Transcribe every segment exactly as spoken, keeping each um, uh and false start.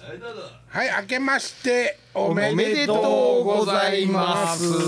はい、明けましておめおめでとうございますイ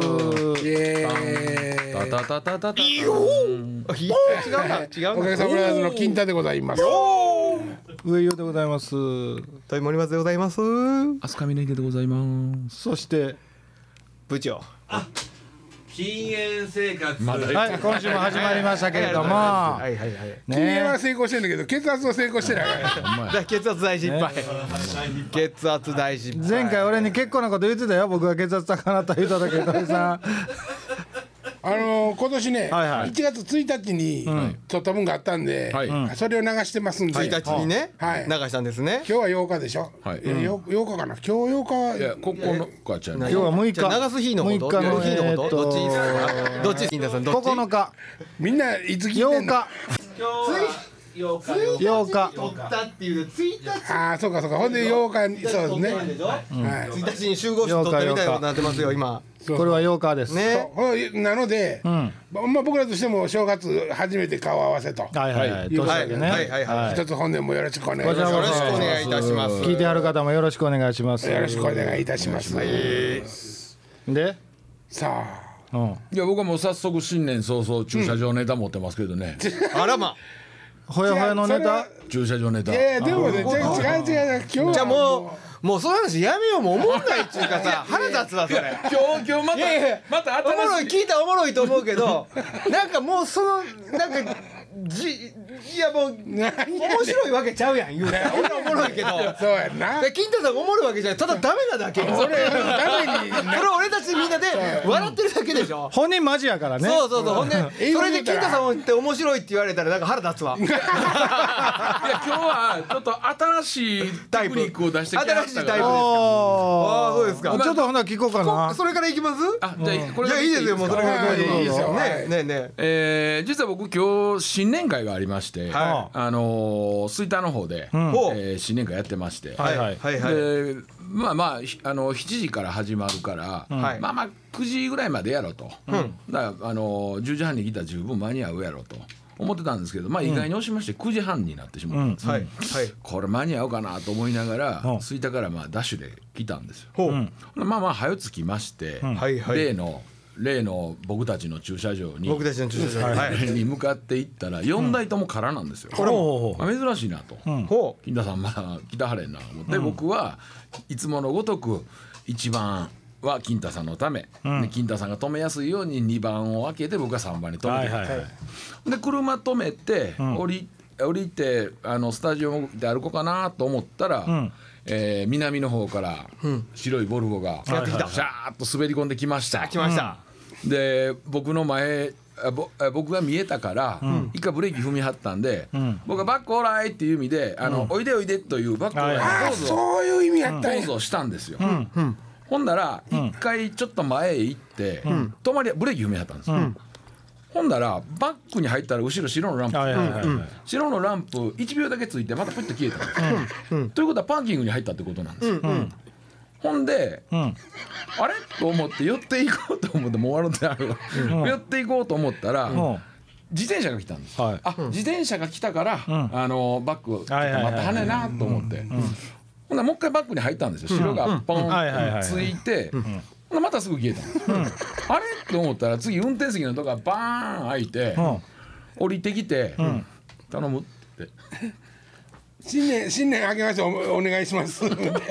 エーイ。 タタタタタタ違うな違うおかげさまでの金太でございます。 上与でございます。 豊森松でございます。 飛鳥峰でございます。 そして部長禁煙生活、 まだはい、今週も始まりましたけれども、 はいはいはい禁煙はね、 成功してんだけど血圧は成功してない。 だ血圧大失敗、血圧大失敗。 前回俺に結構なこと言ってたよ。僕が血圧高なった言うただけどさんあのー、今年ね、 はいはいいちがつついたちに撮った分があったんで、 はいそれを流してますんで、 ついたちにね、 はい流したんですね。 今日はようかでしょ、 はいえーよようかかな、今日ようかはいやここのかちゃん今今日はむいか流す日のこと、 むいかの日のこと、 えーっとどっちですか？どっち金田さんどっち？ ここのかみんないつ聞いて 8 んの？ 日ようかようか取ったっていうついたちああそうかそうか、ほんでようかにそうですね、 でしょ？ はいついたちに集合して取ったみたいなことになってますよ今。 これはようかですね。 ほいなので、 んままあ僕らとしても正月初めて顔合わせと、 はいはいはい、年はいだけね、 はいはいはい。 一つ本年もよろしくお願いします。 こちらこよろしくお願いいたします。 聞いてある方もよろしくお願いします。 よろしくお願いいたします。 で、 さあうん、 いや僕はもう早速新年早々駐車場ネタ持ってますけどね、 あらま。 ほやほやのネタ駐車場ネタいやいやでもね、違う違う違う、今日はじゃあもうもうその話やめよう、もうおもんないっていうかさ腹立つわそれ。 今日今日またいやいやまたおもろい新しい聞いたらおもろいと思うけどなんかもうそのなんかじいやもう面白いわけちゃうやん言うたら俺はおもろいけどそうやんな。 で金太さんがおもろいわけじゃないただダメなだけそれダメにそれを俺たちみんなで笑ってるだけでしょ。 本人マジやからね。 そうそうそうほんで英語で言ったらそれで金太さんって面白いって言われたらなんか腹立つわ。 いや今日はちょっと新しいテクニックを出してきてはったから新しいタイプあああそうですか。 ちょっとほな聞こうかな。 それからいきます？ あじゃあこれいやいいですよもうそれからはいいいですよねはいねねえー、実は僕今日新年会がありまして、 はあのー、吹田の方で、 んほうえー新年会やってまして、 はいはいはいはいでまあまあひあのしちじから始まるから、 はいまあまあくじぐらいまでやろと、だからあのじゅうじはんに来たら十分間に合うやろと思ってたんですけど、まあ意外に押しましてくじはんになってしまったんですよ、 はいはいこれ間に合うかなと思いながらうん吹田からまあダッシュで来たんですよ。 ほうまあまあ早着きまして、 はいはい例の例の僕たちの駐車場に僕たちの駐車場はいに向かって行ったらよんだいとも空なんですよ、 ほうほうほあ珍しいなと、 ほう金田さんまだ来たはれんなと思って、僕はいつものごとくいちばんは金太さんのため、で金太さんが止めやすいようににばんを開けて僕がさんばんに止めて、 はいはいはいで車止めて、降り降りてあのスタジオで歩こうかなと思ったら、 んえー南の方から白いボルボがシャーッと滑り込んできました。 来ましたで僕の前あぼあ僕が見えたから、一回ブレーキ踏み張ったんで、僕がバックオーライっていう意味であの、おいでおいでというバックオーライのああポーズをそういう意味やったんやポーズをしたんですよ、ほんなら一回ちょっと前へ行って、止まりブレーキ踏み張ったんですよ、ほんならバックに入ったら後ろ白のランプ、 はいはいはいはい白のランプいちびょうだけついてまたプッと消えたんですよ、ということはパーキングに入ったってことなんですよ、ほんで、 んあれと思って寄っていこうと思ってもう笑ってあるわ、寄っていこうと思ったら、 ん自転車が来たんです、 はいあ、自転車が来たから、あのバックちょっとはいはいはい待ってはねなと思って、ほんならもう一回バックに入ったんですよ、白がポンはいはいはいはいついて、ほんならまたすぐ消えたんです、あれと思ったら次運転席のとこがバーン開いて、 うん降りてきて、頼むって新年新年明けまして お, お願いします。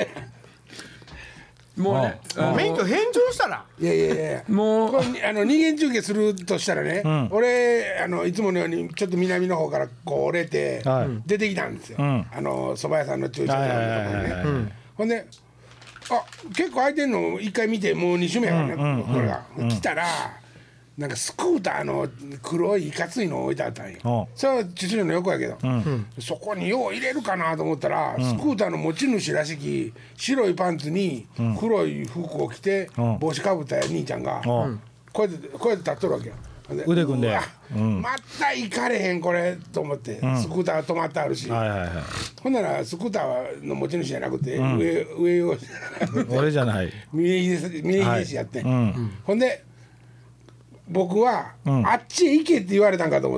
もうね、あの免許返上したらいやいやいや。 もうこれあの二元中継するとしたらね、俺あのいつものようにちょっと南の方からこう折れてはい出てきたんですよ、 んあの蕎麦屋さんの駐車場のところにはいはいはいはいね。ほんであ結構空いてんの一回見てもうに周目やからね、これが、来たらなんかスクーターの黒いいかついの置いてあったんよ、 うんそれは駐車場の横やけど、そこによう入れるかなと思ったら、スクーターの持ち主らしき白いパンツに黒い服を着て、 ん帽子かぶった兄ちゃんが、 うんこうやってこうやって立っとるわけよ。 腕組んでうわうんまた行かれへんこれと思って、スクーター止まってあるし、 はいはいはいほんならスクーターの持ち主じゃなくて、上上を俺じゃない峰秀峰秀氏やって、 うんほんで僕は、 んあっちへ行けって言われたんかと思って、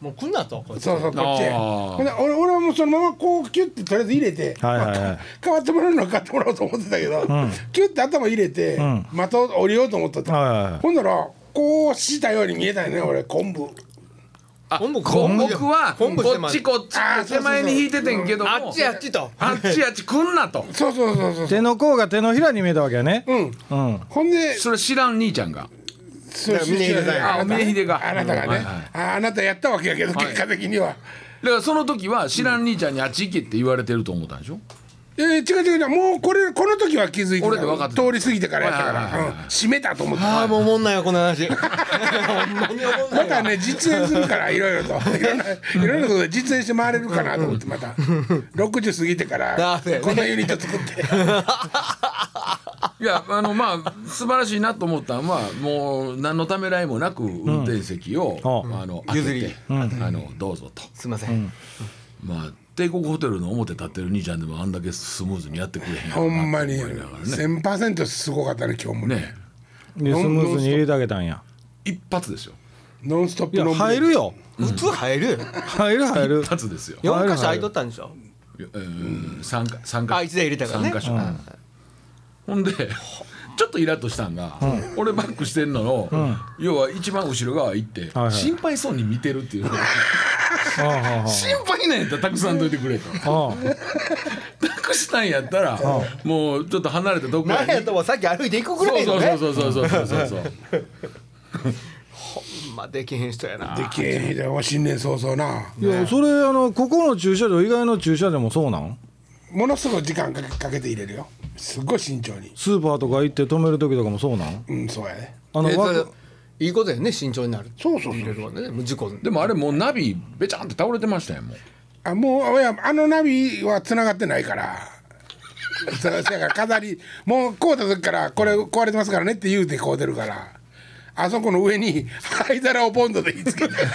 もう来んなとこっちそうそうこっちへあーほんで俺俺はもうそのままこうキュッてとりあえず入れて、 はいはいはいまあ変わってもらうのは変わってもらおうと思ってたけど、キュッて頭入れて、 ん的を降りようと思ってた、 はいはいはいほんならこうしたように見えたよね俺昆布あ昆布こ昆布僕は昆布こっちこっちあーそうそうそう手前に引いててんけどもあっちあっちとあっちあっち来んなとそうそうそうそう手の甲が手のひらに見えたわけやねうんうんほんでそれ知らん兄ちゃんがそう峰秀さんやあなた峰秀があなたがね、 はいはいああなたやったわけやけど、結果的にはだからその時は知らん兄ちゃんにあっち行けって言われてると思ったんでしょえー、違う違う違うもうこれこの時は気づいてた俺で分かってた通り過ぎてからやったかはいはいはいはいら、うん、閉めたと思ってああもうおもんないよこの話ほんまにおもんないわまたね実演するからいろいろといろんないろんなことで実演して回れるかなと思ってまたろくじゅう過ぎてからだそうやねこんなユニット作っていやあのまあ素晴らしいなと思ったのはもう何のためらいもなく運転席を、 うんあの開けて、 譲りあのどうぞと、 すいませんまあ帝国ホテルの表立ってる兄ちゃんでもあんだけスムーズにやってくれへんやほろなとんまに思いながらねせんパーセントすごかったね今日もねねでスムーズに入れてあげたんや一発ですよノンストッいやプの入るよ普通入る入る入る一発ですよよん箇所空いとったんでしょうん三か三かあいつで入れたからね三箇所、ほんでちょっとイラッとしたんが、俺バックしてんのの、要は一番後ろ側行って、 はいはい心配そうに見てるっていうああああ心配なんやったらたくさんどいてくれとあたくさんやったらもうちょっと離れたとこなんやともさっき歩いていくぐらいのねそうそうそうそうそうそうそうほんまできへん人やなできへんで新年早々ないやそれあのここの駐車場以外の駐車場もそうなんものすごい時間かけかけて入れるよすっごい慎重にスーパーとか行って止める時とかもそうなんうんそうやねあのえそれ枠いいことやね慎重になるそうそうそう入れるわねもう事故でもあれもうナビべちゃんって倒れてましたよもうあもういやあのナビは繋がってないからそやから飾りもう買うた時からこれ壊れてますからねって言うて買うてるからあそこの上に灰皿をボンドで言いつけて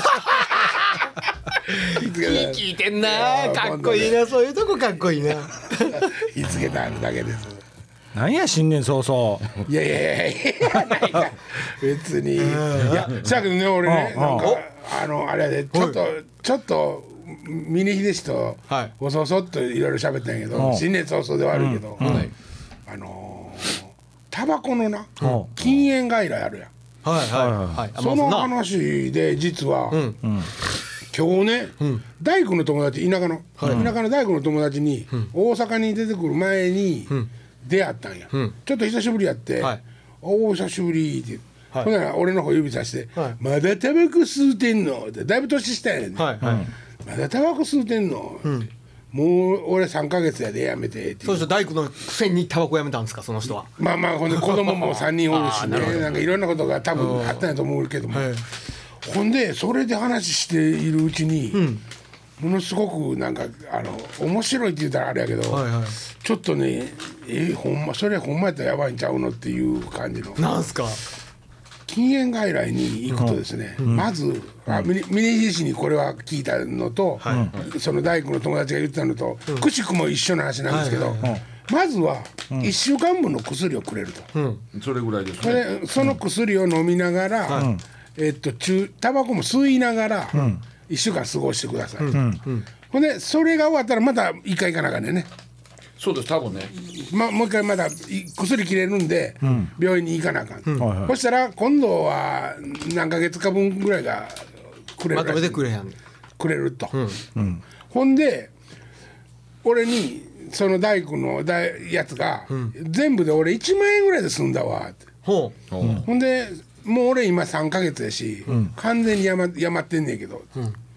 言いつけて聞いてんなかっこいいなそういうとこかっこいいな言いつけてあるだけですなんや新年早々 いやいやいやいやないか別にいやしゃけどね俺ねうんなんかあのあれやでちょっとちょっと峰秀氏とはいおそそっといろいろ喋ったんやけどうん新年早々ではあるけどはいあのータバコのなうん禁煙外来あるやんはいはいはいあそのまあ話で実はん今日ね大工の友達田舎の田舎の大工の友達に大阪に出てくる前に出会ったんやちょっと久しぶりやってはい 「おお久しぶり」ってはいほんなら俺の方指さしてはい 「まだタバコ吸うてんの?」ってだいぶ年下やねんねはいはいまだタバコ吸うてんの?」ってもう俺さんかげつやでやめてってそうでしょ大工のくせにタバコやめたんですかその人はまあまあほんで子供もさんにんおるしねなんかいろんなことが多分あったんやと思うけどもはいほんでそれで話しているうちにものすごくなんかあの面白いって言ったらあれやけどはいはいちょっとねえほんまそれほんまやったらやばいんちゃうのっていう感じのなんすか禁煙外来に行くとですねまずあ峰秀氏にこれは聞いたのとその大工の友達が言ってたのとくしくも一緒の話なんですけどまずはいっしゅうかんぶんの薬をくれると。 それぐらいですそねれその薬を飲みながら、えっと中タバコも吸いながらいっしゅうかん過ごしてください、ほんでそれが終わったらまた一回行かなあかんねんね、 そうです多分ねま、もう一回まだい薬切れるんで、病院に行かなあかん、 はいはいそしたら今度は何ヶ月か分ぐらいがくれるまとらしいめてくれへんくれると、ほんで俺にその大工の大やつが、全部で俺いちまんえんぐらいで済んだわってほうほんでもう俺今さんかげつやし、完全にやまやまってんねんけど、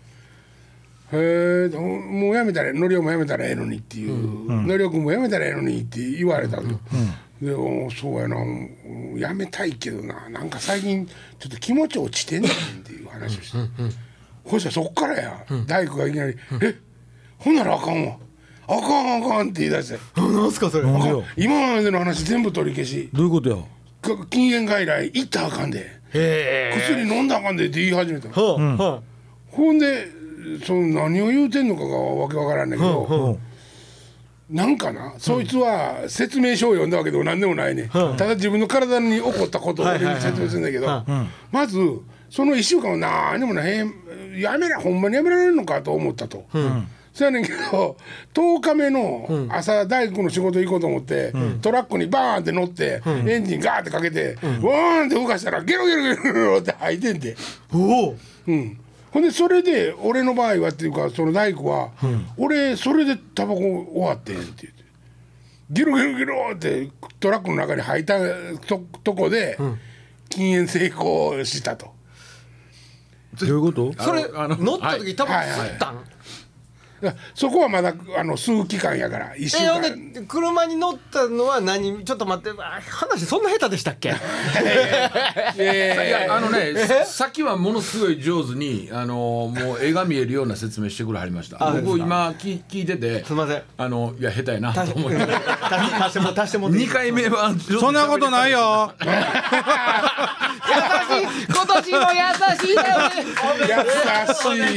へえもうやめたらのりおもやめたらええのにっていう、のりおくんもやめたらええのにって言われたと、でおそうやなやめたいけどななんか最近ちょっと気持ち落ちてんねんっていう話をして、ほしたらそっからや、大工がいきなり「えほんならあかんわあかんあかん」って言い出してなんすかそれなんでよ今までの話全部取り消しどういうことやか禁煙外来行ったらあかんでへえ薬飲んだらあかんでって言い始めたの、 ほうほほんでその何を言うてんのかがわけわからんねんけど、なんかな、そいつは説明書を読んだわけでも何でもないね、ただ自分の体に起こったことを俺に説明するんだけど、まずそのいっしゅうかんは何もないやめらほんまにやめられるのかと思ったと、うん、そうやねんけどとおかめの朝大工の仕事行こうと思って、うん、トラックにバーンって乗って、うん、エンジンガーってかけて、うん、ワーンって動かしたらゲロゲロゲロゲロって吐いてんで、お、うん、ほんでそれで俺の場合はっていうかその大工は、うん、俺それでタバコ終わってんって言ってゲロゲロゲロってトラックの中に入ったと, とこで、うん、禁煙成功したと。 どういうこと？ それあの乗った時タバコ吸ったん？ そこはまだあの吸う期間やから一週間。 えー、で車に乗ったのは何？ちょっと待って、話そんな下手でしたっけ？いやあのねさっきはものすごい上手にあのもう絵が見えるような説明してくれはりました。僕今聞聞いててすみませんあのいや下手やなと思って足しても足してもにかいめはそんなことないよ。 優しい今年も優しいだよね。 優しい優しい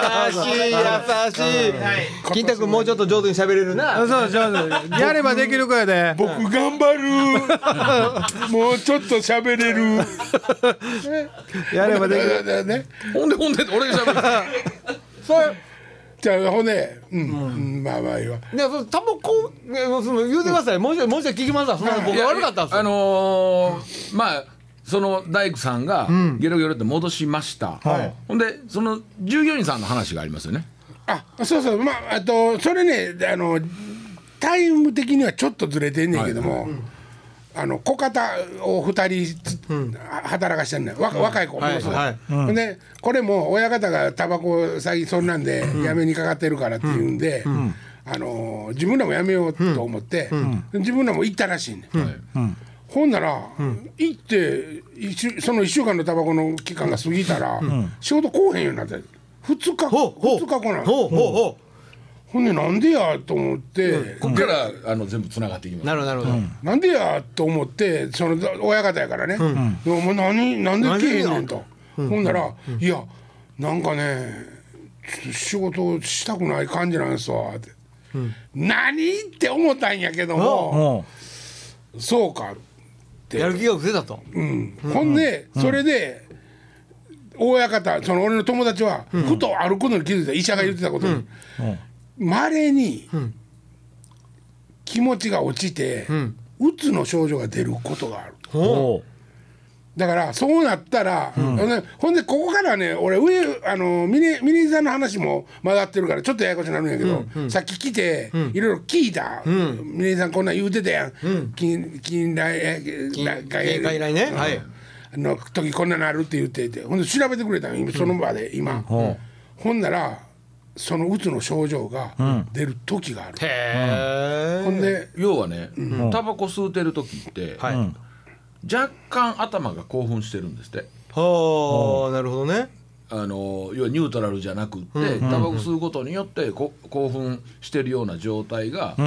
優しい。金太君もうちょっと上手に喋れるな。 そう上手。やればできる子やで。 僕頑張る。もうちょっと喋れる。 やればできる。 ね。 ほんでほんで俺が喋る。 それじゃあほんで、うん、うん、まあまあいいわ。 でそのタバコ言うてください。もうちょいもうちょい聞きますわ。そんな僕悪かったんですよ。 あのー、まあ。その大工さんがゲロゲロって戻しました、うんはい、ほんでその従業員さんの話がありますよね。 あ、そうそう、まああとそれねあのタイム的にはちょっとずれてんねんけども、はい、あの小方をふたり、うん、働かしてんねん、わ、若い子もそう、はいはい、でこれも親方がタバコ最近そんなんでやめにかかってるからっていうんで、うん、あの自分らもやめようと思って、うん、自分らも行ったらしいね、うんうん、ほんなら、うん、行ってそのいっしゅうかんのタバコの期間が過ぎたら、うん、仕事来おへんようになってふつかほうほうふつか来ないほうほうほうほんでなんでやと思って、うん、 こっからあの全部つながっていきます。 なるほどなるほど、うん、 なんでやと思ってその親方やからね、うん、でも何なんで来へんねんと、うん、ほんなら、うん、いやなんかね仕事したくない感じなんですわって、うん、何って思ったんやけども、うん、そうかってやる気が失せたと、 うん、ほんで、うん、それで親方その俺の友達は、うん、ふとあることに気づいた医者が言ってたことにまれ、うん、に、うん、気持ちが落ちて、うん、うつの症状が出ることがあると、だからそうなったら、うん、ほんでここからね俺上あのミネミネさんの話も混ざってるからちょっとややこしになるんやけど、うんうん、さっき来て、うん、いろいろ聞いた、うん、ミネさんこんなん言うてたやん、うん、近近来外来ね、はい、 の時こんなのあるって言っていてほんで調べてくれたんその場で今、うん、ほんならそのうつの症状が出る時がある、うん、 へほんで要はねタバコ吸うてる時って、はい、若干頭が興奮してるんですって。 はあ、なるほどね。 あの要はニュートラルじゃなくって、タバコ吸うことによってこ興奮してるような状態が、うん、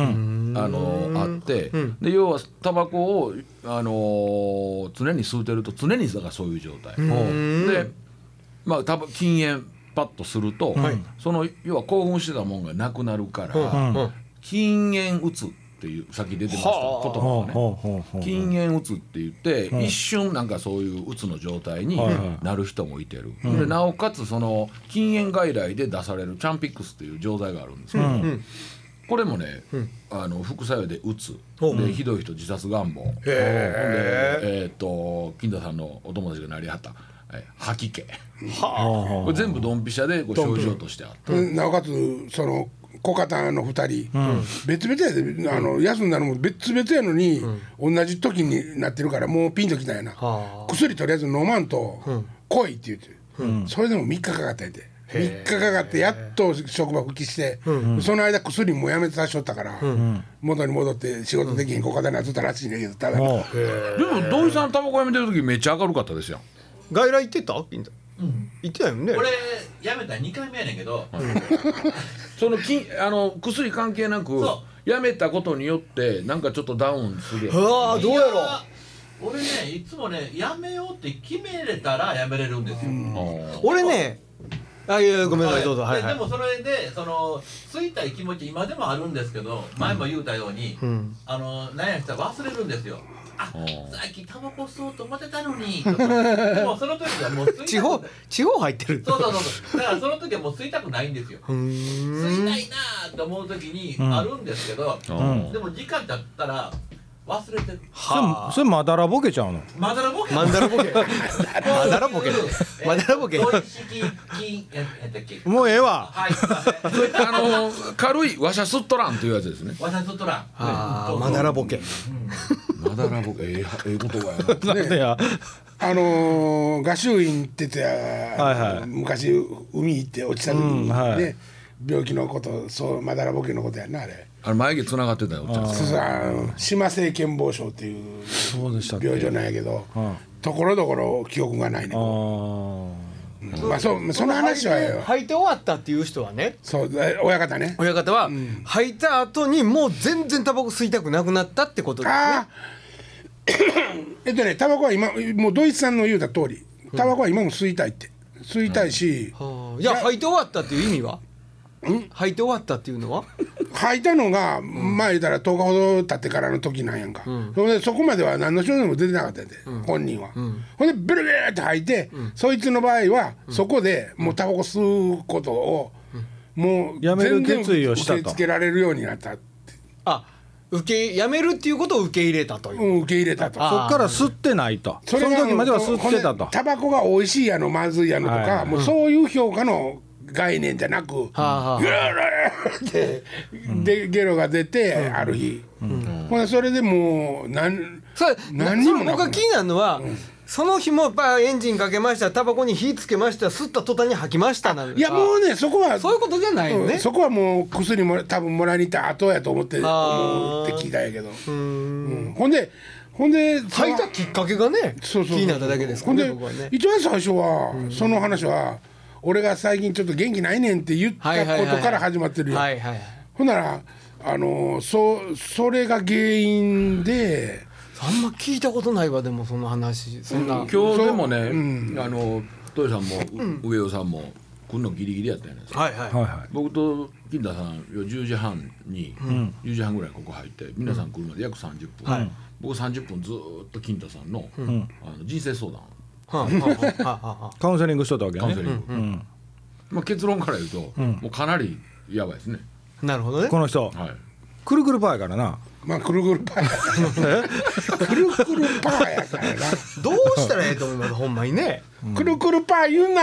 あのあって、うん、で要はタバコをあの常に吸うてると常にだからそういう状態で、まあ多分禁煙パッとすると、うん、その要は興奮してたもんがなくなるから、うんうん、禁煙うつっていうさっき出てました言葉がね禁煙うつって言って、うん、一瞬なんかそういううつの状態になる人もいてる、うん、でなおかつその禁煙外来で出されるチャンピックスっていう錠剤があるんですけど、うん、これもね、うん、あの副作用でうつ、うん、でひどい人自殺願望、うん、でえー、っと金田さんのお友達がなりはった吐き気これ全部ドンピシャでこう症状としてあった、 うん、なおかつその小方のふたり、うん、別々やであの休んだのも別々やのに、うん、同じ時になってるからもうピンときたんやな、はあ、薬とりあえず飲まんと、うん、来いって言って、うん、それでもみっかかかったんやてみっかかかってやっと職場復帰して、うん、その間薬もやめてたしとったから、うん、元に戻って仕事できへん小方になってたらしいねんけどただ、うん、でも土井さんタバコやめてる時めっちゃ明るかったですよ。 外来行ってた？行ってたよね。 俺やめたらにかいめやねんけど、うん、 そのきあの薬関係なくやめたことによってなんかちょっとダウンするやん。 うわどうやろう。俺ねいつもねやめようって決めれたらやめれるんですよ、うん、 俺ねあ、いやいやごめんなさいどうぞ。はいはい。 ででもそれでそのついたい気持ち今でもあるんですけど、前も言うたように、 うんあの何やしたら忘れるんですよ。あ、 うんさっきタバコ吸おうと思ってたのにとか。でもその時はもう吸いたく地方地方入ってる。 そうそうそうそう。だからその時はもう吸いたくないんですよ。 うーん。 吸いたいなーって思う時にあるんですけど、 うんでも時間経ったら忘れてる。 それそれまだらボケちゃうの。 まだらボケ。 マンダラボケ。マダラボケ。マダラボケ。 同意識金やったっけ。 もうええわ。 はい。 あの軽いわしゃすっとらんというやつですね。 わしゃすっとらん。 ああ、マダラボケ。 まだらぼけええええ言葉やな。 なんでや。 あのー、画集院って言って、 はいはい昔海行って落ちた時にね、 うんはい病気のことそうまだらぼけのことやんなあれ。 あれ眉毛つながってたよおっちゃん。 そうそうあの島性健忘症っていうそうでしたっけ。 病状なんやけど、 うんところどころ記憶がないねあん。 ーまあそうその話はよ。 吐いて終わったっていう人はね、 そうえ親方ね。 親方は吐いた後にもう全然タバコ吸いたくなくなったってことですね。 ああえっとねタバコは今もうドイツさんの言うた通りタバコは今も吸いたいって吸いたいし、 はあ、じゃあ吐いて終わったっていう意味は？吐いて終わったっていうのは？ 吐いたのが、まあ言ったらとおかほど経ってからの時なんやんか、それでそこまでは何の症状も出てなかったんで、本人は、ほんでブルブルって吐いて、そいつの場合は、そこでもうタバコ吸うことを、もうやめる全然決意をしたと受け付けられるようになった、 あ、受けやめるっていうことを受け入れたという。 うん、受け入れたと。 そっから吸ってないと。そがの時までは吸ってたとほんで。タバコが美味しいやのまずいやのとか、 はいはいもうそういう評価の概念じゃなく、 はあはあギュルルってでゲロが出て、ある日、ほんでそれでもうなんそれ何にもなくその僕が気になるのは、その日もやっぱエンジンかけました、タバコに火つけました、吸った途端に吐きましたなんかいやもうねそこはそういうことじゃないよね。 うんそこはもう薬も多分もらいに行った後やと思ってあー思って聞いたんやけど、 うーんうんほんでほんで吐いたきっかけがねそうそうそう気になっただけですかほんでらね僕はね。 一番最初は、その話は俺が最近ちょっと元気ないねんって言ったことから始まってるよ、 はいはいはい。 ほんならあのそそれが原因であんま聞いたことないわでもその話そんな。 今日でもね、 うんあの豊さんも、う上尾さんも来るのギリギリやったよね。 はいはい。 はいは僕と金田さんじゅうじはんに、じゅうじはんぐらいここ入って皆さん来るまで約さんじゅっぷん、 はい僕さんじゅっぷんずーっと金田さんの,、あの人生相談はあはあはあはあ。 い。カウンセリングしとったわけね。 カウンセリング、 うんまあ、結論から言うと、もうかなりやばいですね。 なるほどね。 この人はいくるくるパーやからな。 まあくるくるパーやからくるくるパーやからなどうしたらええと思いますほんまにね。 くるくるパー言うな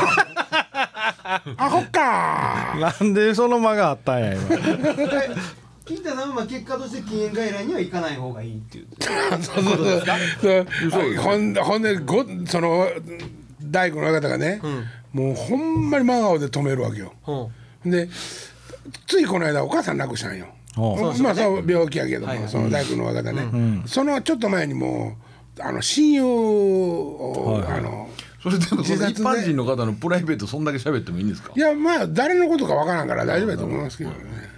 アホかなんでその間があったんや今。 金田さんはまあ結果として禁煙外来には行かない方がいいっていう。 そうそうそうほんほんでごその大工の方がね、もうほんまに真顔で止めるわけようんでついこの間お母さん亡くしたんよほうまあそう病気やけども、 はいはいその大工の若方ね、そのちょっと前にもうあの親友を、 はいはいあのそれでもその自殺で一般人の方のプライベートそんだけ喋ってもいいんですか？ いやまあ誰のことかわからんから大丈夫だと思いますけどね、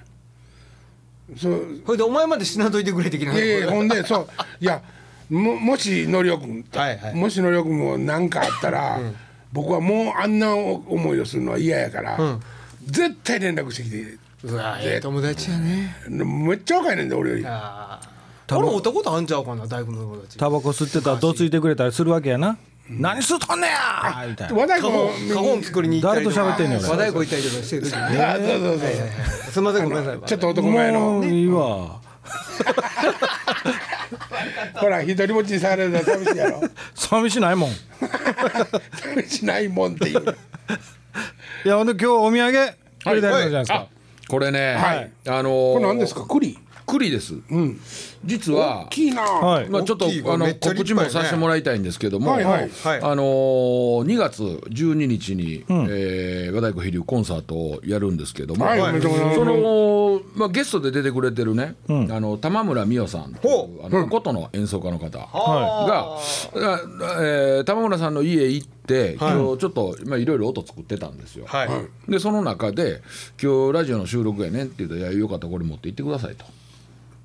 そうそれでお前まで死なといてくれ的な。 いやいやほんでそういやももしのりおくん、 はいはいもしのりおくんも何かあったら、僕はもうあんな思いをするのは嫌やから、 うん絶対連絡してきてうわええ友達やね。 めっちゃ若いねんで俺よりああ。俺会ったことあんちゃうかな大工の友達。 タバコ吸ってたらどついてくれたりするわけやな。何吸っとんねやみたいな。 和太鼓もカホンカホン作りに行ったりとか。 誰と喋ってんのよ俺和太鼓行ったりとかしてる時にね。 あそうそうそう、 すみませんごめんなさい。 ちょっと男前のもういいわ。 ほら一人ぼっちにされるのは寂しいやろ寂しないもん。い寂しないもんっていうやほんで今日お土産くれたりじゃないですかあ。これね、 はいあのーこれ何ですか栗栗です、実は大きいな、 はい。 まあ、ちょっと大きいあのめっちゃ告知立派やねもさせてもらいたいんですけども、 はいはいはいあのーにがつじゅうににちに、えー和太鼓飛龍コンサートをやるんですけども、 はいおめでとうございますその、まあ、ゲストで出てくれてるね、あの玉村美代さんというあの琴の演奏家の方が、あえー玉村さんの家行って今日ちょっとまあいろいろ音作ってたんですよ。 はい。 でその中で今日ラジオの収録やねんって言うと「いやよかったらこれ持って行ってください」と。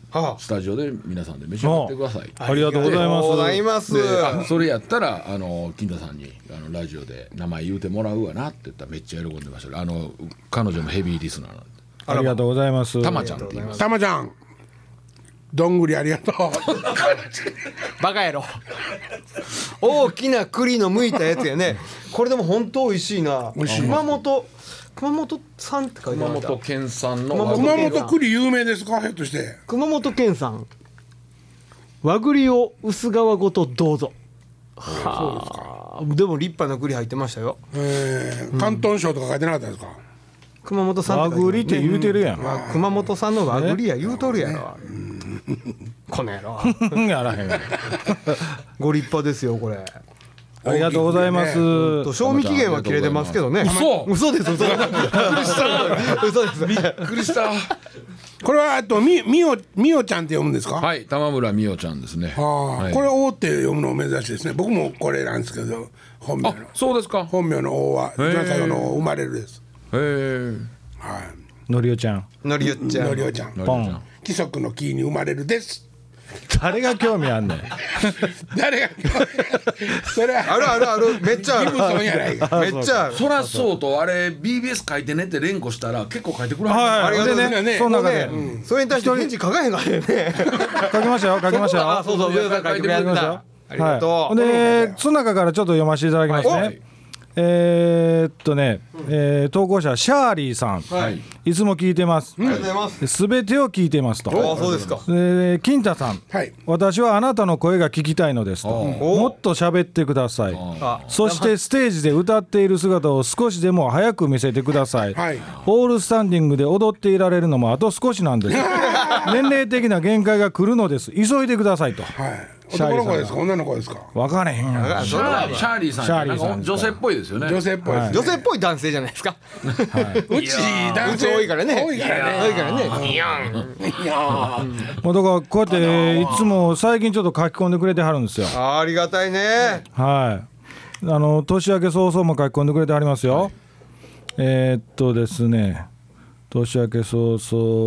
はあスタジオで皆さんで召し上がってください。 ありがとうございます。 ございます。 であそれやったらあの金田さんにあのラジオで名前言うてもらうわなって言ったらめっちゃ喜んでました。あの彼女もヘビーリスナーなんで。 ありがとうございます。 たまちゃんって言います。 たまちゃんどんぐりありがとうバカ野郎。大きな栗の剥いたやつやね。これでも本当美味しいな。 美味しい熊本熊本さんって書いてあ熊る。 本県産の熊本熊本栗有名ですかひょっとして熊本県産和栗を薄皮ごとどうぞ。はあ。でも立派な栗入ってましたよ。 えー、広東省とか書いてなかったですか、 熊本産和栗って言うてるやん。 まあ熊本産の和栗や言うとるやろ。この野郎。 やらへん。 ご立派ですよこれ。 ありがとうございます。 と賞味期限は切れてますけどね。 嘘嘘です嘘です。嘘です。 びっくりした。 これはあとみみおみおちゃんって読むんですか、 はい、玉村美代ちゃんですね。 ああ、 はいこれ「お」って読むの珍しいですね。僕もこれなんですけど本名あのそうですか。 本名の「お」は一番最後の「生まれる」です。 へえ。 はいのりおちゃん。 のりよっちゃん。 のりおちゃんポン。 規則の木に生まれるです誰が興味あんねん。 誰がそれはあるあるある。めっちゃある。 ギブソンやないかめっちゃある。 そらそうとあれ ビービーエス 書いてねって連呼したら結構書いてくるはい。 ありがとうございますでね、その中でもうねそれに対して返事書かへんからね。 書きましたよ。書きましたよ。 あ、そうそう、上田さん書いてくれ書きましたよた。ありがとはい、でその中からちょっと読ませていただきますね、 はいえー、っとね、えー投稿者シャーリーさん、 う。はい。 いつも聞いてます、 ありがとうございます。 すべてを聞いてますと。 あ、そうですか。 で金太さん、 はい私はあなたの声が聞きたいのですと。もっと喋ってください。 あ、 そしてステージで歌っている姿を少しでも早く見せてください、 はいオールスタンディングで踊っていられるのもあと少しなんです年齢的な限界が来るのです。急いでくださいと。 はいシャーリーさん男の子ですか女の子ですか分かれへんやん。 シャーリーシャーリーさんシャーリーさんなんか女性っぽいですよね。 女性っぽいですね、 女性っぽい男性じゃないですか。 うち男うち性多いからね。 多いからね多いからね。 いやもうだからこうやっていつも最近ちょっと書き込んでくれてはるんですよ。 ありがたいね。 はい。あの年明け早々も書き込んでくれてはりますよ。えーっとですね。年明け早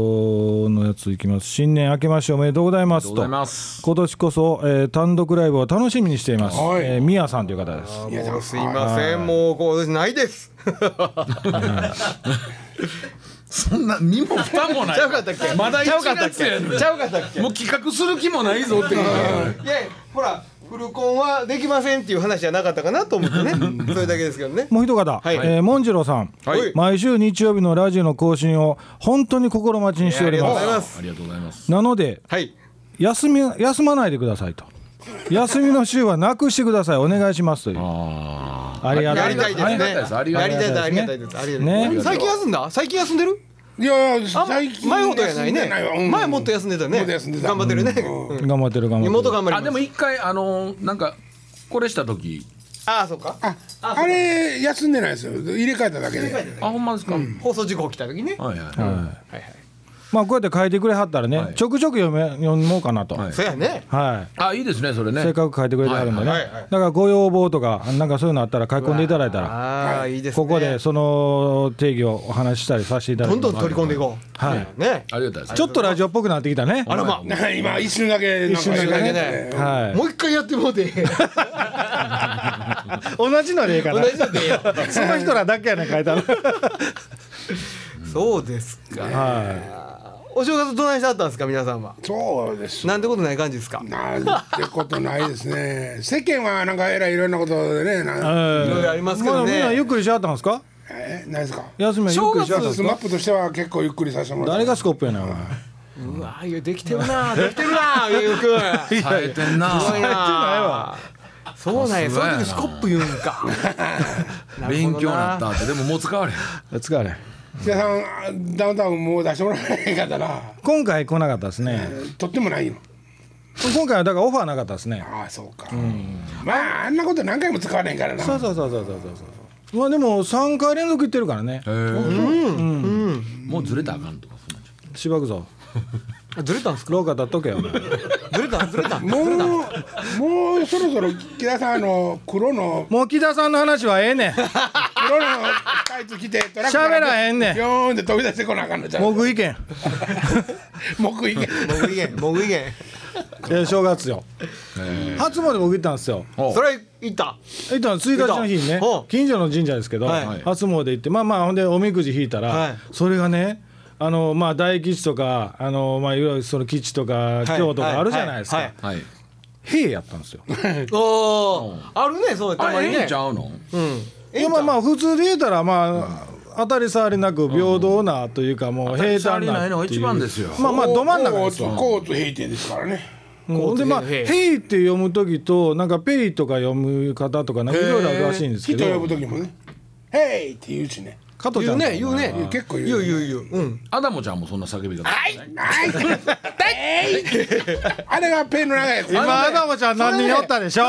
々のやついきます。新年明けましておめでとうございますと。 ありがとうございます今年こそ、えー単独ライブを楽しみにしています。 はいえー、ミヤさんという方です。 もうすいません。もうこうないです。 そんな身も蓋もない。 ちゃうかったっけ？ まだちゃうか 1 ったっ月やねけ？ちゃうかったっけ？ もう企画する気もないぞっていう。 いやほらフルコンはできませんっていう話じゃなかったかなと思ってね。それだけですけどね。 もう一方、 はいえー、モンジロさん、 はい毎週日曜日のラジオの更新を本当に心待ちにしておりありがとうます。 ございます。 ありがとうございます。 なのではい。 休み休まないでくださいと。休みの週はなくしてください。お願いしますという。 あありがたいやりたいですね。 ありがたいですありがたいやりたいです。ありがたいです。ありがたいです。 ね最近休んだ？最近休んでる？ いやいやあ最近前ほどやないね休んでわうん前もっと休んでたねもっと休んでた頑張ってるねうん頑張ってる頑張ってる。 妹頑張りますあでも一回あのーなんかこれした時ああそうかああれ休んでないですよ入れ替えただけであほんまですか。はい放送事故起きた時ねはいはい。 はいはいはいまあこうやって書いてくれはったらね、 はいちょくちょく読め読もうかなと。 はいそうやねはい。 あいいですねそれね。 せっかく書いてくれてはるんでね、 はいはいはいだからご要望とかなんかそういうのあったら書き込んでいただいたらああいいですねここでその定義をお話ししたりさせていただきます。 どんどん取り込んでいこうはいねありがたいです。 ちょっとラジオっぽくなってきたね。 あらまな今一瞬だけなんか一瞬だけねねはい。 もう一回やってもうて同じのでいいかな。 同じのでいいよその人らだけやね書いたの。 そうですかはお正月どないしてあったんですか皆さんはそうですなんてことない感じですかなんてことないですね世間はなんかえらいいろんなことでねい。 ないろいろありますけどねまあみんなゆっくりしはったんですか。 え何ですか休みはゆっくりしはったんですか。 スマップとしては結構ゆっくりさせてもらって誰がスコップやねんお前。 うわいやできてるなできてるなゆうくん冴えてんな。 すごいなそうなんやそういう時スコップ言うんかなるほど勉強になったってでももう使われへん。 使われ。 土屋さんダウンタウンもう出してもらえへんかったな今回来なかったですね。 とってもないの今回はだからオファーなかったですね。 ああそうかまああんなこと何回も使われへんからなそうそうそうそうそうそう。まあでもさんかい連続行ってるからね。 もうずれたらあかんとかそんなんちゃしばくぞ。 あずれたんですか廊下立っとけよお前。 ずれたんずれたんもうもうそろそろ木田さんあの黒のもう木田さんの話はええねん。 黒のタあいつ来てトラック喋らへんねんビョーンって飛び出してこなあかんのちゃう僕意見木意見もぐいげんもぐいげんえ正月よ初詣僕行ったんですよおそれ行った行ったのついたちの日にねほう近所の神社ですけど、 はい初詣行ってまあまあほんでおみくじ引いたら、 はいそそれがねあのまあ大吉とかあのまあいろいろその吉とかい京とかあるじゃないですか、 はいはい兵やったんですよおーあるねそうたあれええまにねんちゃうのうんいやまあまあ普通で言うたらまあ、当たり障りなく平等なというかもう平坦当たり障りないのがなっていう一番ですよまあまあど真ん中ですわコーツ平定ですからねうんでまあ「 へいヘイ」って読む時となんか「ペイ」とか読む方とかなんかいろいろあるらしいんですけ人呼ぶど時もね「ヘイ!」って言うしね加藤ちゃん言うね言うね言う結構言う言う言う言ううんアダモちゃんもそんな叫び方はいはいヘイあれがペンの長いやつ今アダモちゃん何人おったでしょ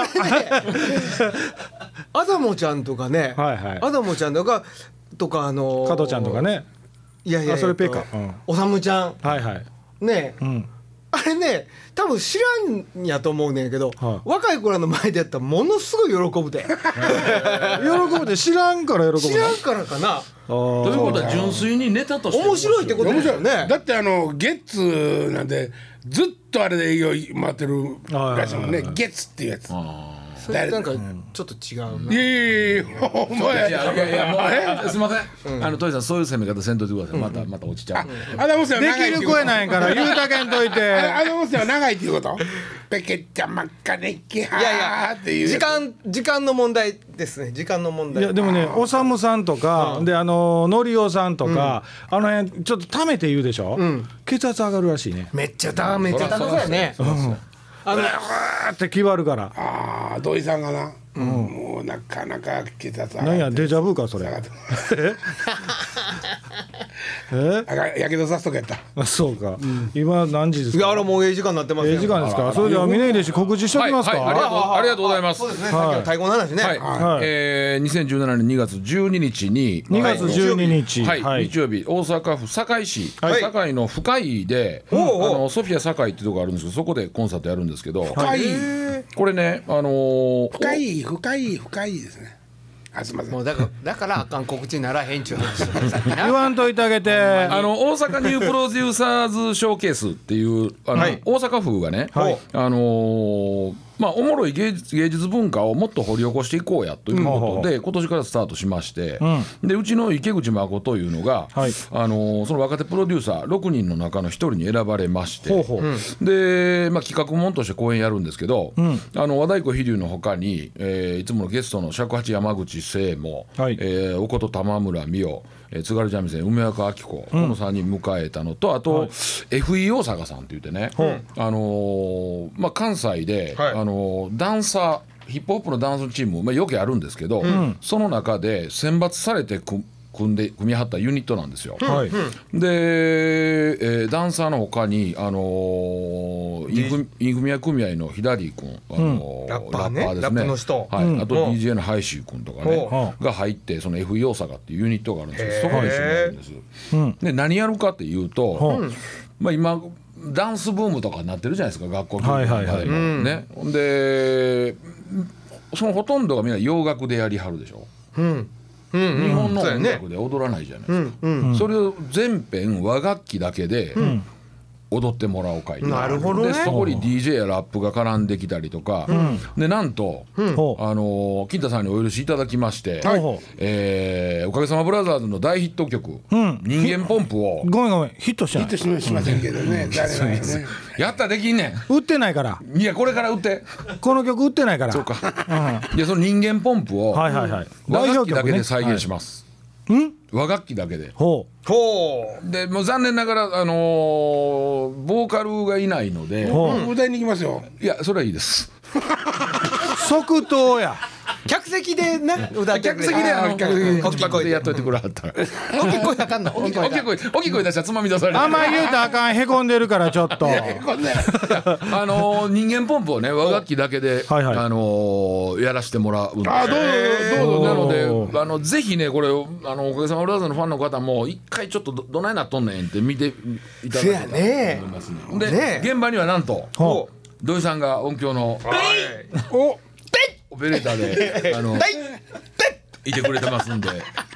アダモちゃんとかねはいはいアダモちゃんとかとかあのー加藤ちゃんとかねいやいやあそれペイかえっとうんおさむちゃんはいはいねうんあれね多分知らんやと思うねんけど、 は若い子らの前でやったらものすごい喜ぶで喜ぶで知らんから喜ぶ知らんからかなあということは純粋にネタとして面白いってことですよねだってあのゲッツなんてずっとあれで営業回ってるらしいもんねゲッツっていうやつそれなんかちょっと違うな、 いやいやいやおい前やいやいやもうすみません、あのトイさんそういう攻め方せんといてください、またまた落ちちゃう、 アダムスはで長いっていうこときる声なんやから言うたけんといてアダムスは長いっていうことペケちゃまっかねっけはいやいやっていう時間時間の問題ですね時間の問題いやでもねおさむさんとか、であののりおさんとか、あの辺ちょっとためて言うでしょ、血圧上がるらしいねめっちゃだめっちゃ高そうやねあのわーって気張るからああ土井さんがな、もうなかなか血圧上がって何やデジャブかそれ下がってえあかんやけどさすとかやったあそうか、今何時ですかいやあらもうええ時間になってますえよえ時間ですかそれでは峰秀氏告知しときますか、 はいはい、ありがとうありがとうございますそうですね、さっきの太鼓の話ね、 はい、 はいえー、にせんじゅうななねんにがつじゅうににちににがつじゅうににちはい、 はい日曜日大阪府堺市、 はい堺の深井で、 おうおうあのソフィア堺っていうとこがあるんですけどそこでコンサートやるんですけど、 深いこれねあのー深い深い深いですねあすいませんもうだからだからあかん告知ならへんちゅう話さっきな言わんといてあげてあの大阪ニュープロデューサーズショーケースっていうあの、 はい大阪府がね、 はいあのーまあおもろい芸術芸術文化をもっと掘り起こしていこうやということで、今年からスタートしまして、でうちの池口誠というのが、 はいあのーその若手プロデューサーろくにんの中のひとりに選ばれまして、 ほうほうで、まあ、企画もんとして公演やるんですけど、あの和太鼓飛龍のほかに、えーいつものゲストの尺八山口聖も、 はいえーおこと玉村美代、えー津軽三味線梅若明子、このさんにん迎えたのとあと、エフイー 大阪さんって言ってね、あのーまあ、関西で、 はいあのーダンサーヒップホップのダンスチーム、まあ、よくあるんですけど、その中で選抜されて組組んで組み張ったユニットなんですよ。 はいで、えーダンサーのほかに、あのーインフインフミヤ組合の左君、あのーラッパーねですねラップの人はいうんあと ディージェー のハイシー君とかね、が入ってその エフイー 大阪っていうユニットがあるんですけどそこで一緒にやるんです。で何やるかっていうと、まあ、今ダンスブームとかになってるじゃないですか学校教育の中でもね。でそのほとんどがみんな洋楽でやりはるでしょ。 うんうんうん日本のそうやね音楽で踊らないじゃないですか、 うんうんそれを全編和楽器だけで踊ってもらおうかいと、 なるほどねでそこに ディージェー やラップが絡んできたりとか、でなんと、 ほうあの金太さんにお許しいただきまして、 はいほうえーおかげさまブラザーズの大ヒット曲「 ん人間ポンプ」をごめんごめんヒットしてないヒットしましませんけどね誰がねやったらできんね売ってないからん。いやこれから売ってこの曲売ってないからそうかいやその人間ポンプをはいはいはい和楽器だけでね再現します、 ん和楽器だけで。 ほほうでもう残念ながら、あのーボーカルがいないので、 ほう歌いに行きますよういやそれはいいです。 即答や客席でな歌って客席であの客席で大きい声でやっといてくれはったら大きい声あかんの大きい声大きい声大きい声出したらつまみ出される。 あんま言うたらあかんへこんでるからちょっとこんなあのー人間ポンプをね和楽器だけで、 はいはいあのーやらせてもらうんです。 あどうぞどうぞなのおーであのぜひねこれあのおかげさまブラザーズのファンの方も一回ちょっとどどないなっとんねんって見ていただけたらと思いますね。で、 ね現場にはなんとほ土井さんが音響のおオペレーターであのいてくれてますんで。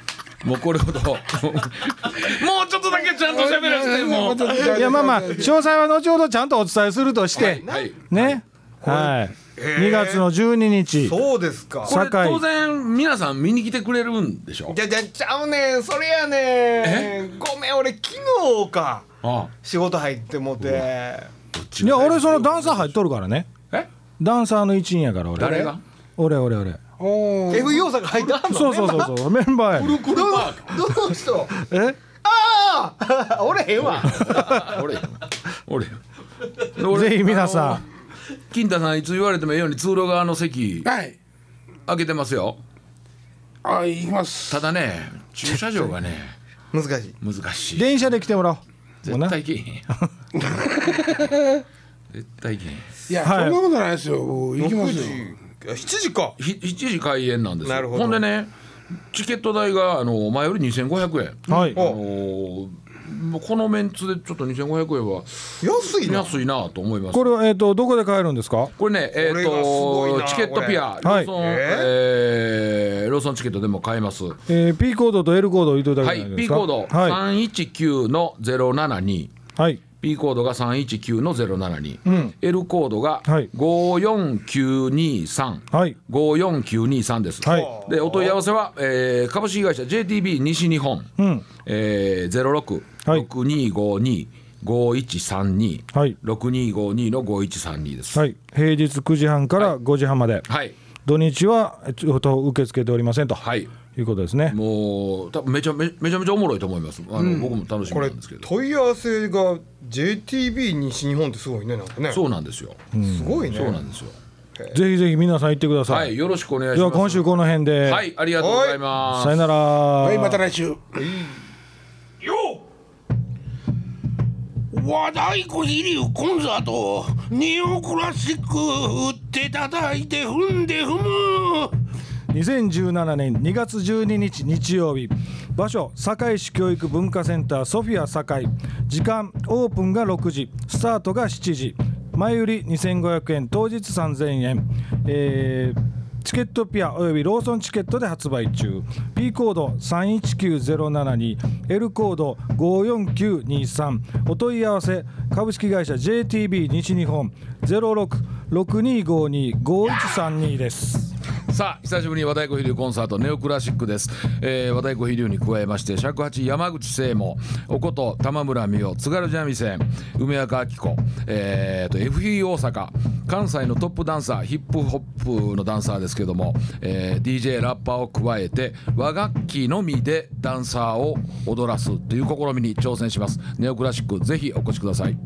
もうこれほどもうちょっとだけちゃんと喋らせてもういやまあまあ詳細は後ほどちゃんとお伝えするとして、 はいはいねはいにがつのじゅうににちそうですか。 これ堺当然皆さん見に来てくれるんでしょ。 じゃじゃちゃうねんそれやねん。ごめん俺昨日かあ仕事入ってもて。 いや俺そのダンサー入っとるからね。 えダンサーの一員やから俺。 誰が俺俺俺。 おーエフイー 大阪入ったんの。 そうそうそうそうメンバーやねん。 どどうしたえああ俺へんわ。 俺俺ぜひ皆さん金太さんいつ言われてもいいように通路側の席はい開けてますよ。 あ行きますただね駐車場がね難しい。 難しい。 電車で来てもらおう。もう絶な対けえへん絶対けえへん。 いや、 はいそんなことないですよ僕行きますよしちじか。 ひしちじ開演なんですよ。 なるほどほんでねチケット代があの前よりにせんごひゃくえん。 はいあのーもうこのメンツでちょっとにせんごひゃくえんは安いな。 安いなと思います。 これはえっとどこで買えるんですか。 これねえっ、 これがすごいなとチケットピアこれローソン、 はいえーローソンチケットでも買えます。 えー、P コードと L コードを言うといただはいけないですか。 P コードはいさんいちきゅうのゼロななに、 はい P コードがさんいちきゅうのゼロななに、 ん L コードがはいごよんきゅうにさん、 はいごよんきゅうにさんです。 はいでお問い合わせは、えー株式会社 ジェイティービー 西日本、 うんえー、ゼロろく ろくにごに ごいちさんに、 はいろくにごにのごいちさんにです。 はい平日くじはんからごじはんまで、 はい土日はえちょっと受け付けておりませんと、 はいい、うことですね。 もう多分めちゃめめちゃめちゃおもろいと思います。あの、僕も楽しみこれなんですけど。 問い合わせが ジェイティービー 西日本ってすごいねなんかね。 そうなんですよ。 すごいね。 そうなんですよ。 ぜひぜひ皆さん行ってください。 はい、よろしくお願いしでます。 は今週この辺で、 はい、ありがとうございます。 さよなら。 はいまた来週和太鼓飛龍コンサートネオクラシック打って叩いて踏んで踏むにせんじゅうななねんにがつじゅうににち日曜日、場所堺市教育文化センターソフィア堺、時間オープンがろくじ、スタートがしちじ、前売りにせんごひゃくえん、当日さんぜんえん、えーチケットピアおよびローソンチケットで発売中。 P コードさんいちきゅうゼロななに、 L コードごよんきゅうにさん。お問い合わせ株式会社 ジェイティービー 西日本 ゼロろく ろくにごに ごいちさんに です。 さあ久しぶりに和太鼓飛龍コンサートネオクラシックです、えー、和太鼓飛龍に加えまして尺八山口聖もおこと玉村美代津軽三味線梅若明子、えー、と エフイー 大阪関西のトップダンサーヒップホップのダンサーですけども、えー、ディージェー ラッパーを加えて和楽器のみでダンサーを踊らすという試みに挑戦します。ネオクラシックぜひお越しください。